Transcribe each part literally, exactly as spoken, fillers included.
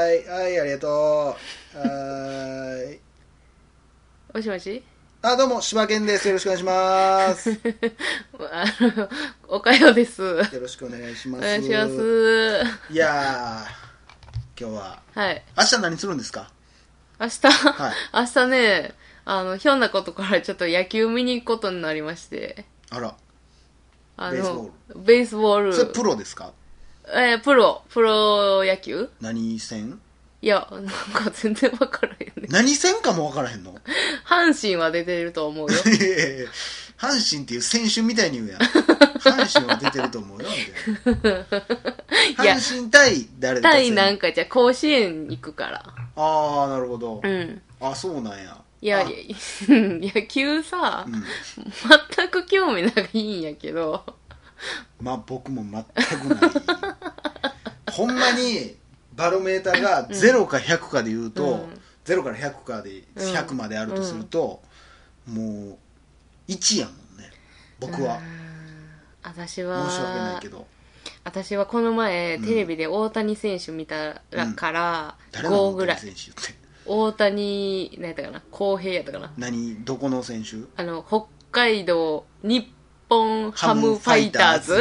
はいはいありがとう。はーい。 もしもし。 あ、どうも柴犬です。よろしくお願いします。 あのおかよです。 よろしくお願いします。 お願いします。 いやー今日は、 はい。 明日何するんですか？ 明日、 はい、 明日ね、あの、ひょんなことからちょっと野球見に行くことになりまして。 あら、 あの、 ベースボール。 ベースボール。 それプロですか？ えー、プロ、プロ野球？ 何戦？ いや、なんか全然わからへんね。 何戦かもわからへんの？ 阪神は出てると思うよ。 阪神っていう選手みたいに言うやん。阪神は出てると思うよみたいな。阪神対誰だ？ 対なんかじゃ甲子園行くから。 ああ、なるほど。 うん。 あ、そうなんや。 いや、野球さ、うん、全く興味ないんやけど。 まあ僕も全くない。ほんまにバロメーターがゼロかひゃくかで言うと、うん、ゼロからひゃくかでひゃくまであるとすると、うん、もういちやもんね、僕は。 私は申し訳ないけど、 私はこの前、うん、テレビで大谷選手見たから、うん、ごぐらい。誰の大谷選手って？大谷、何やったかな、公平やったかな。 何、どこの選手？ あの、北海道日本ハムファイターズ。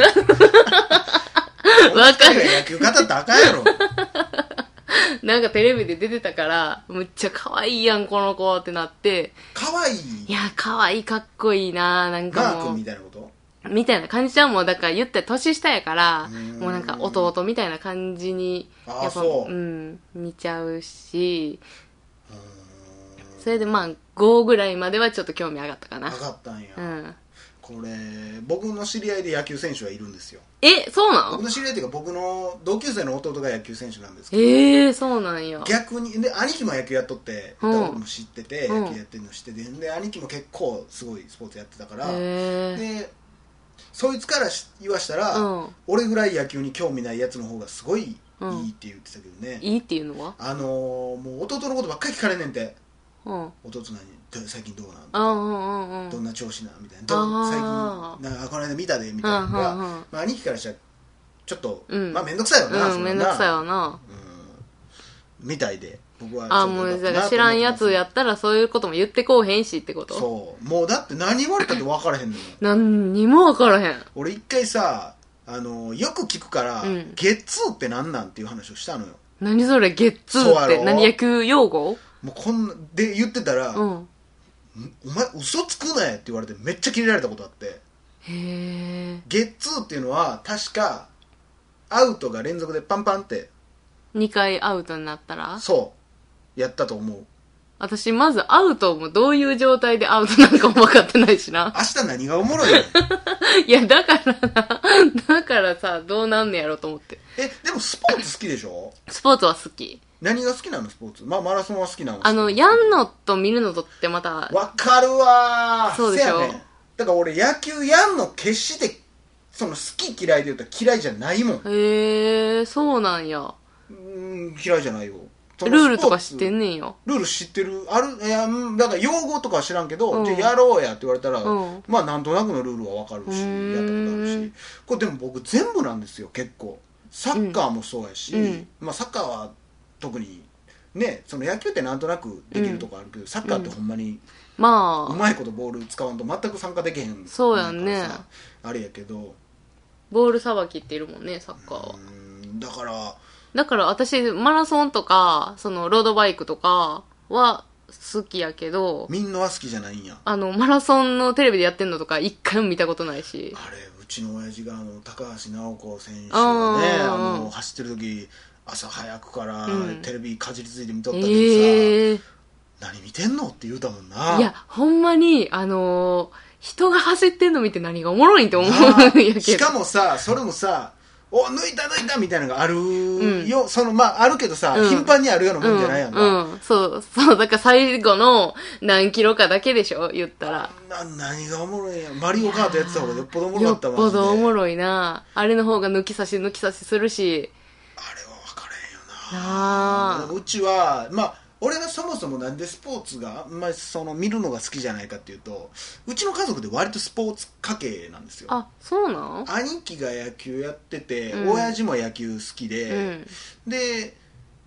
わかる。 野球語ったらあかんやろ。 なんかテレビで出てたから、むっちゃ可愛いやんこの子ってなって。 可愛い？ いや、可愛い、かっこいいな、なんかもう。 マー君みたいなこと？ みたいな感じちゃうもん。だから言って年下やから、もうなんか弟みたいな感じに、 ああ、そう。 うん、見ちゃうし、それでまあごぐらいまではちょっと興味上がったかな。 上がったんや。 うん。 これ僕の知り合いで野球選手はいるんですよ。 え、そうなの？ 僕の知り合いっていうか僕の同級生の弟が野球選手なんですけど。 ええー、そうなんや。 逆にで兄貴も野球やっとって、うん、僕も知ってて、野球やってるの知ってて、で兄貴も結構すごいスポーツやってたから、でそいつから言わしたら、うん、俺ぐらい野球に興味ないやつの方がすごいいいって言ってたけどね。 うん、いいっていうのは？ あのー、もう弟のことばっかり聞かれんねんて。うん、弟何最近どうなん、あ、うんうんうん、どんな調子なんみたいな、ど最近なんかこの間見たでみたいなのが、うんうんうん、まあ、兄貴からしたらちょっと、うん、まあ面倒くさいよな、 うん、面倒くさいよな、 うん、みたいで、僕はあ、もうだから知らんやつやったらそういうことも言ってこうへんしってこと？ そうもうだって何言われたって分からへんのよ。 何にも分からへん。 俺一回さ、あのよく聞くから、うん、ゲッツーって何なんっていう話をしたのよ。 何それゲッツーって何、野球用語？ もうこんなで言ってたら、うん、お前嘘つくなよって言われてめっちゃキレられたことあって。へえ。 ゲッツーっていうのは確かアウトが連続でパンパンってにかいアウトになったら、 そうやったと思う。 私まずアウトもどういう状態でアウトなんかも分かってないしな。 明日何がおもろいの？ いやだからな、だからさ、どうなんねやろと思って。 え、でもスポーツ好きでしょ？ スポーツは好き。 何が好きなのスポーツ？まあマラソンは好きなの。 あのやんのと見るのとってまたわかるわー。 そうでしょ、ね、 だから俺野球やんの決してその好き嫌いで言ったら嫌いじゃないもん。 へえ、そうなんや。 うーん、嫌いじゃないよ。 ルールとか知ってんねんよ。 ルール知ってる。ある、いや、だから用語とかは知らんけど、うん、じゃあやろうやって言われたら、うん、まあなんとなくのルールはわかるし、やったことあるし。これでも僕全部なんですよ、結構。サッカーもそうやし、うん、まあサッカーは特にね、その野球ってなんとなくできるとこあるけど、うん、サッカーってほんまに、まあうまいことボール使わんと全く参加できへん。 そうやんね。 あれやけど、 ボールさばきっているもんね、サッカーは。 うん、だからだから私マラソンとかそのロードバイクとかは好きやけど、 みんなは好きじゃないんや。 あのマラソンのテレビでやってんのとか一回も見たことないし。 あれうちの親父があの高橋尚子選手がね、あの走ってる時朝早くからテレビかじりついて見とったけどさ、うん、えー、何見てんのって言うたもんな。 いやほんまにあのー、人が走ってんの見て何がおもろいんって思うんやけど。 しかもさ、それもさ、お抜いた抜いたみたいなのがあるよ、うん、そのまああるけどさ、うん、頻繁にあるようなもんじゃないやんか、 うんうん、そうそう、だから最後の何キロかだけでしょ言ったら。 な何がおもろいんや。マリオカートやってた方がよっぽどおもろかった。 よっぽどおもろいな。あれの方が抜き差し抜き差しするし、 あれは分からへんよな。なあ、うちはまあ俺がそもそもなんでスポーツがあんまりその見るのが好きじゃないかっていうと、うちの家族で割とスポーツ家系なんですよ。 あ、そうなの？ 兄貴が野球やってて、うん、親父も野球好きで、うん、で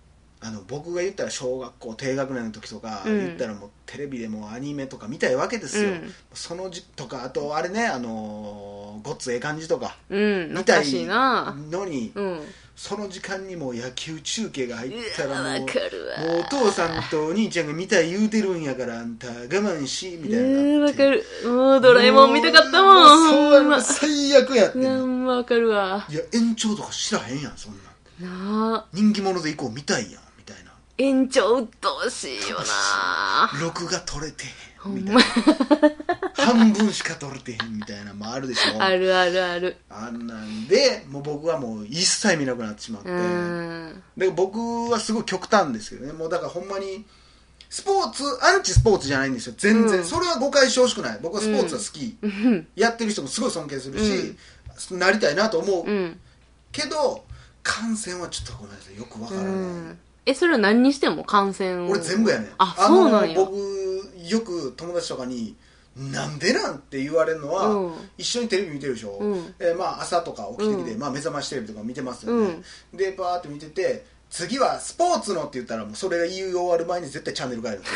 あの僕が言ったら小学校低学年の時とか、うん、言ったらもうテレビでもアニメとか見たいわけですよ、うん、そのじとかあとあれねあのー、ごっつええ感じとか、うん、見たいのに、うん、その時間にもう野球中継が入ったらもう、もうお父さんとお兄ちゃんが見たい言うてるんやからあんた我慢しみたいな。うんわかる。もうドラえもん見たかったもん。 そうもう最悪やってんの。 うんわかるわ。 いや延長とか知らへんやんそんなんなあ。人気者で行こう見たいやんみたいな。 延長うっとうしいよな。 録画取れてへんみたいな。半分しか取れてへんみたいなのもあるでしょ。 あるあるある。 あんなんでもう僕はもう一切見なくなってしまって、で僕はすごい極端ですけどね。もうだからほんまにスポーツアンチスポーツじゃないんですよ全然、うん、それは誤解してほしくない。僕はスポーツは好き、うん、やってる人もすごい尊敬するし、うん、なりたいなと思う、うん、けど観戦はちょっとごめんなさいよくわからない、うん、 えそれは何にしても観戦を俺全部やねん。 あそうなんや。 僕よく友達とかになんでなんって言われるのは、うん、一緒にテレビ見てるでしょ、うんえーまあ、朝とか起きてきて、うんまあ、目覚ましテレビとか見てますよね、うん、でバーって見てて次はスポーツのって言ったらもうそれが言い終わる前に絶対チャンネル変えるん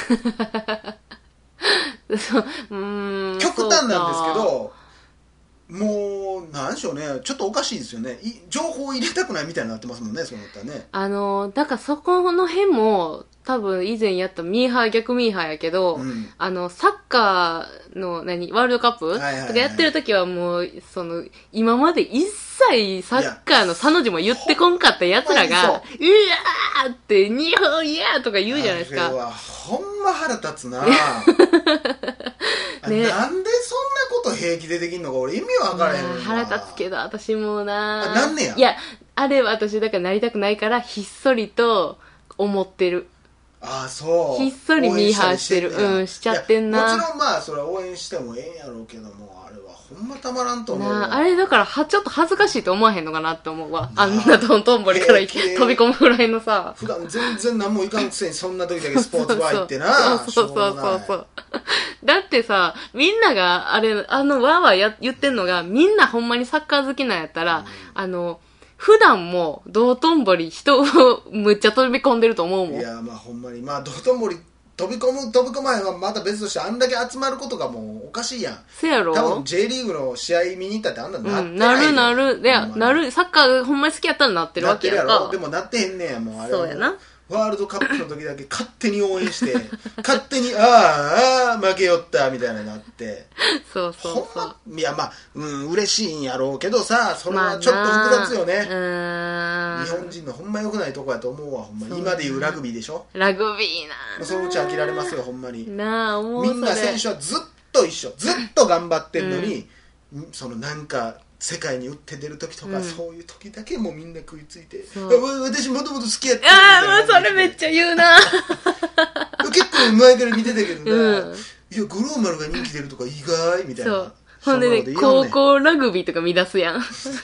ですようーん極端なんですけどもうなんでしょうねちょっとおかしいですよね。情報を入れたくないみたいになってますもんねそうなったらね。 あのだからそこの辺も多分以前やったミーハー逆ミーハーやけど、うん、あのサッカーの何ワールドカップ、はいはいはい、とかやってる時はもうその今まで一切サッカーのさの字も言ってこんかった奴らがうわーって日本イヤーとか言うじゃないですか。 あれはほんま腹立つなね、なんでそんなこと平気でできんのか俺意味わからへんわ。 腹立つけど私もなあなんねや。 いやあれは私だからなりたくないからひっそりと思ってる。 ああそうひっそりミーハーしてるうんしちゃってんな。 もちろんまあそれは応援してもええんやろうけどもあれはほんまたまらんと思うな。あれだからはちょっと恥ずかしいと思わへんのかなって思うわ。あんなトントンボリから飛び込むぐらいのさ普段全然何もいかんくせにそんな時だけスポーツバー行ってなそうそうそうそうそうだってさみんながあれあのワーワーや言ってんのがみんなほんまにサッカー好きなんやったら、うん、あの普段も道頓堀人をむっちゃ飛び込んでると思うもん。 いやまあほんまにまあ道頓堀飛び込む飛び込まへんはまた別としてあんだけ集まることがもうおかしいやん。 せやろ。 多分 J リーグの試合見に行ったってあんななってない、うん、 なるなるでなるサッカーほんまに好きやったらなってるわけやんか。 なってるやろ。でもなってへんねやもうあれそうやな。 ワールドカップの時だけ勝手に応援して勝手にああああ負けよったみたいななってそうそうそうほんまいやまあうん嬉しいんやろうけどさそれはちょっと複雑よね、まあ、日本人のほんま良くないとこやと思うわほんまに。今でいうラグビーでしょ。 ラグビーなそのうち飽きられますよほんまになあ思う。 みんな選手はずっと一緒ずっと頑張ってんのに、うん、そのなんか世界に打って出る時とか、うん、そういう時だけもうみんな食いついて私もともと好きやったみたいな。 ああもうそれめっちゃ言うな結構前から見てたけどね、うん、いやグローマルが人気出るとか意外みたいな。そうほんでね高校ラグビーとか見出すやん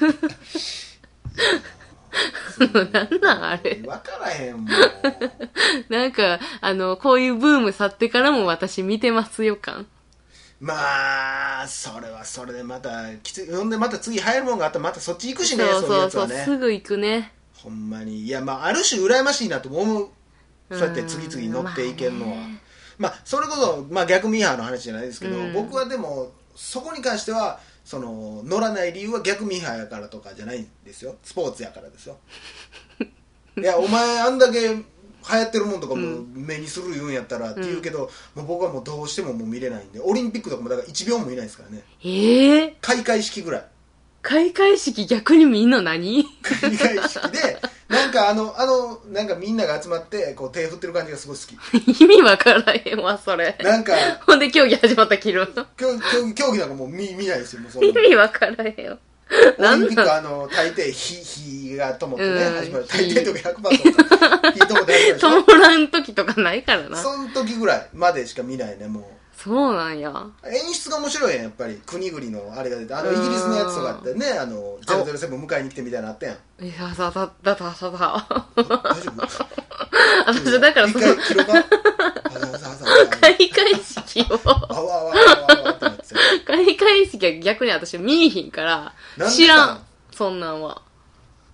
なんなんあれ分からへんもんなんかあのこういうブーム去ってからも私見てますよ感。 まあそれはそれでまたきつい。ほんでまた次流行るもんがあったらまたそっち行くしね。 そうそうそう、 そういうやつはねすぐ行くねほんまに。いやまあある種羨ましいなと思う。そうやって次々乗っていけるのは、まあ、まあそれこそ、まあ、逆ミーハーの話じゃないですけど、うん、僕はでもそこに関してはその乗らない理由は逆ミーハーやからとかじゃないんですよ。スポーツやからですよいやお前あんだけ流行ってるもんとかも目にする言うんやったらって言うけど、うん、もう僕はもうどうしてももう見れないんで。オリンピックとかもだからいちびょうも見ないですからね。 ええー、 開会式ぐらい。 開会式逆に見んの何開会式でなんかあのあのなんかみんなが集まってこう手振ってる感じがすごい好き。意味わからへんわそれ。 なんかほんで競技始まったら切る競技競技なんかもう 見, 見ないですよもうそ意味わからへんよ。 オリンピックあの大抵火火が灯ってね、うん、始まる大抵とか ひゃくパーセント 火灯って始まるでしょ。 灯らん時とかないからな。 その時ぐらいまでしか見ないねもう。 そうなんや。 演出が面白いやんやっぱり。国々のあれが出てあのイギリスのやつとかってねあのゼロゼロセブン迎えに来てみたいなのあったやん。 いやさだだださだ大丈夫私だからその一回切ろうか開会式をあわあわあわあわってなって開会式は逆に私見えひんから知らんそんなんは。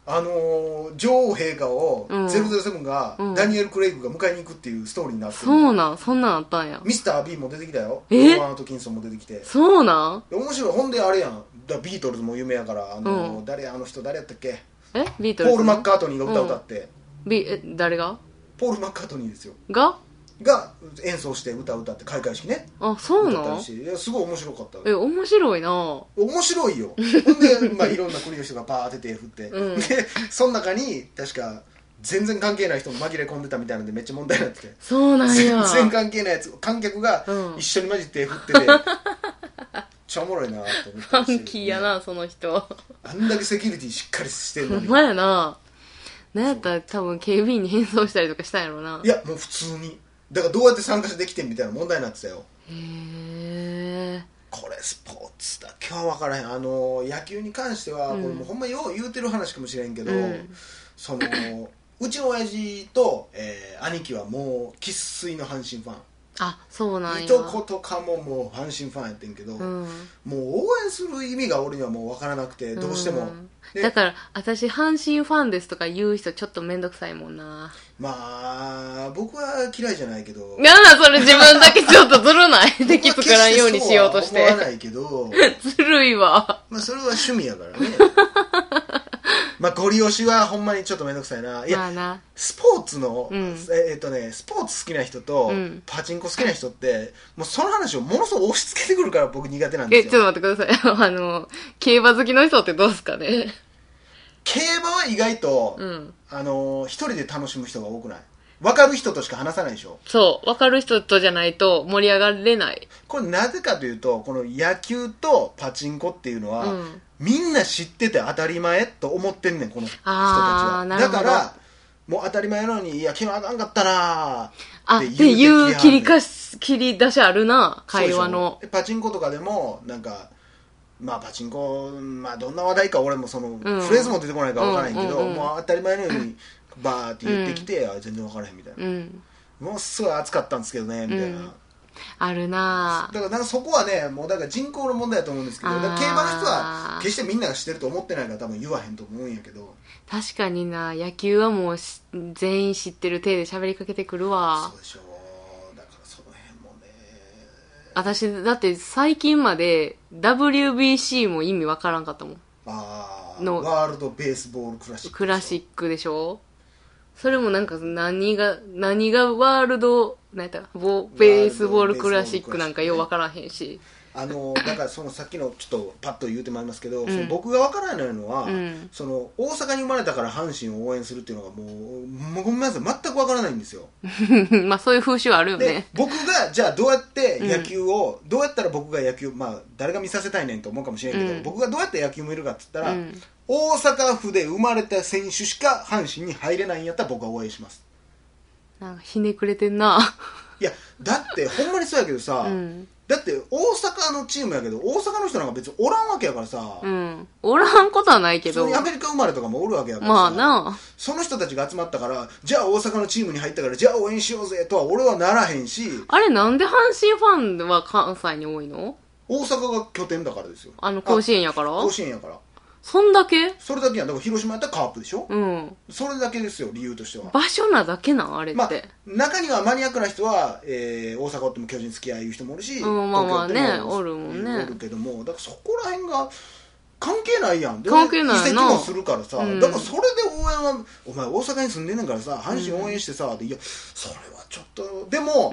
あのー、女王陛下をゼロゼロセブンが、うん、ダニエル・クレイグが迎えに行くっていうストーリーになってる。 そうなんそんなんあったんや。 ミスター・ビーも出てきたよ。 えロバート・キンソンも出てきて。 そうなん面白い。ほんであれやん、ビートルズも有名やから、あのーうん、誰あの人誰やったっけ。 えビートルズポール・マッカートニーが歌歌って、 うん、ビえ誰がポール・マッカートニーですよがが演奏して歌歌って開会式ね。 あ、そうなの。 いやすごい面白かった。 え、面白いな。 面白いよ。ほんで、まあ、いろんな国の人がバーって手振って、うん、でその中に確か全然関係ない人も紛れ込んでたみたいなのでめっちゃ問題になってて、 そうなんや。 全然関係ないやつ観客が一緒に混じって手振ってて、うん、ちゃおもろいなと思って。 ファンキーやな、その人。 あんだけセキュリティしっかりしてるのに。 ほんまやな。なんやったら多分警備員に変装したりとかしたんやろな。 いやもう普通にだからどうやって参加できてんみたいな問題になってたよ。 へえ。 これスポーツだけは分からへん。あの野球に関しては、うん、これもうほんまよう言うてる話かもしれんけど、うん、そのうちの親父と、えー、兄貴はもう生粋の阪神ファン。 あ、そうなんや。 いとことかももう阪神ファンやってんけど、うん、もう応援する意味が俺にはもう分からなくて、どうしても、 うん、だから私阪神ファンですとか言う人ちょっと面倒くさいもんな。 まあ僕は嫌いじゃないけど、 なんだそれ自分だけちょっとずるない敵作らんようにしようとして思わないけどずるいわ。 まあそれは趣味やからねまあゴリ押しはほんまにちょっとめんどくさいな。いや、まあ、なスポーツの、うん、えー、っとねスポーツ好きな人と、うん、パチンコ好きな人ってもうその話をものすごく押し付けてくるから僕苦手なんですよ。 え、ちょっと待ってくださいあの競馬好きの人ってどうですかね。 競馬は意外と、うん、あの一人で楽しむ人が多くない？分かる人としか話さないでしょ。 そう、分かる人とじゃないと盛り上がれない。 これなぜかというとこの野球とパチンコっていうのは、うん、みんな知ってて当たり前と思ってんねんこの人たちは。だからもう当たり前なのにいや昨日あかんかったなーっていう切りかし切り出しあるな会話の。 パチンコとかでもなんかまあパチンコ、まあどんな話題か俺もその、うん、フレーズも出てこないから分からへんけど、うんうんうん、もう当たり前のようにバーって言ってきて、うん、あ全然分からへんみたいな、うん、もうすごい暑かったんですけどねみたいな、うん、 あるな。 だからなんかそこはねもうだから人口の問題だと思うんですけど、だから競馬の人は決してみんなが知ってると思ってないから多分言わへんと思うんやけど。 確かにな、野球はもう全員知ってる体で喋りかけてくるわ。 そうでしょう。だからその辺もね、 私だって最近まで ダブリュービーシー も意味わからんかったもん。 ああ、ワールドベースボールクラシッククラシックでしょ。それもなんか何が何がワールド何やったボベースボールクラシックなんかようわからへんし、 あのだからそのさっきのちょっとパッと言うてまいりますけど、うん、その僕がわからないのは、うん、その大阪に生まれたから阪神を応援するっていうのがもうもうごめんなさい全くわからないんですよまあそういう風習あるよね。 で僕がじゃあどうやって野球を、うん、どうやったら僕が野球まあ誰が見させたいねんと思うかもしれんけど、うん、僕がどうやって野球見るかって言ったら、うん、大阪府で生まれた選手しか阪神に入れないんやったら僕は応援します。 なんかひねくれてんないやだってほんまにそうやけどさ、うん、だって大阪のチームやけど大阪の人なんか別におらんわけやからさ、 うん、おらんことはないけど普通にアメリカ生まれとかもおるわけやからさ、 まあな、 その人たちが集まったからじゃあ大阪のチームに入ったからじゃあ応援しようぜとは俺はならへんし。 あれなんで阪神ファンは関西に多いの？ 大阪が拠点だからですよ。 あの甲子園やから。 甲子園やからそんだけ？それだけやん。だから広島やったらカープでしょ。 うん。 それだけですよ理由としては。 場所なだけなんあれって。まあ、 中にはマニアックな人は、えー、大阪っても巨人好きやいう人もおるし、 うん、まあまあねおるもんね。 おるけども、だからそこら辺が関係ないやん。 関係ないな。 移籍もするからさ、うん、だからそれで応援はお前大阪に住んでんねんからさ阪神応援してさ、うん、いやそれはちょっとでも、うん、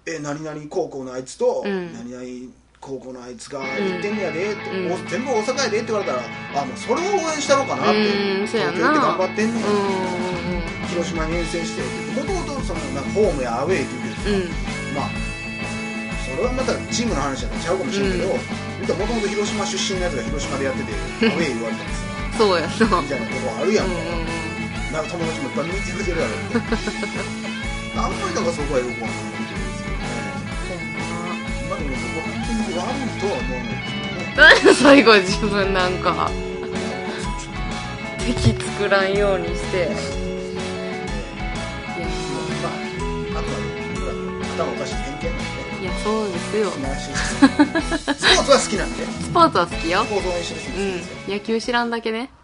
え何々高校のあいつと、うん、何々高校のあいつが言ってんねやでって、うん、全部大阪やでって言われたらあもうそれを応援したろうかなって、 うん、東京行って頑張ってんねん、うん、広島に遠征してもともとそのなんかホームやアウェイって言うけどさ、うん、まあそれはまたチームの話だからちゃうかもしれんけどもともと広島出身のやつが広島でやっててアウェイ言われたんですよそうやそうみたいなとこあるやんか、うん、なんか友達もいっぱい見に来てくれてるやろってあんまりだからそこはよくわかんないんですけどね。まあでも僕は本当に悪いとは思わないけどね。 最後自分なんか敵作らんようにして、いやまああとは頭おかしい偏見なんで。 いやそうですよ。 スポーツは好きなんで。 スポーツは好きよ。 スポーツ応援してる人ですよ、 うん、野球知らんだけね。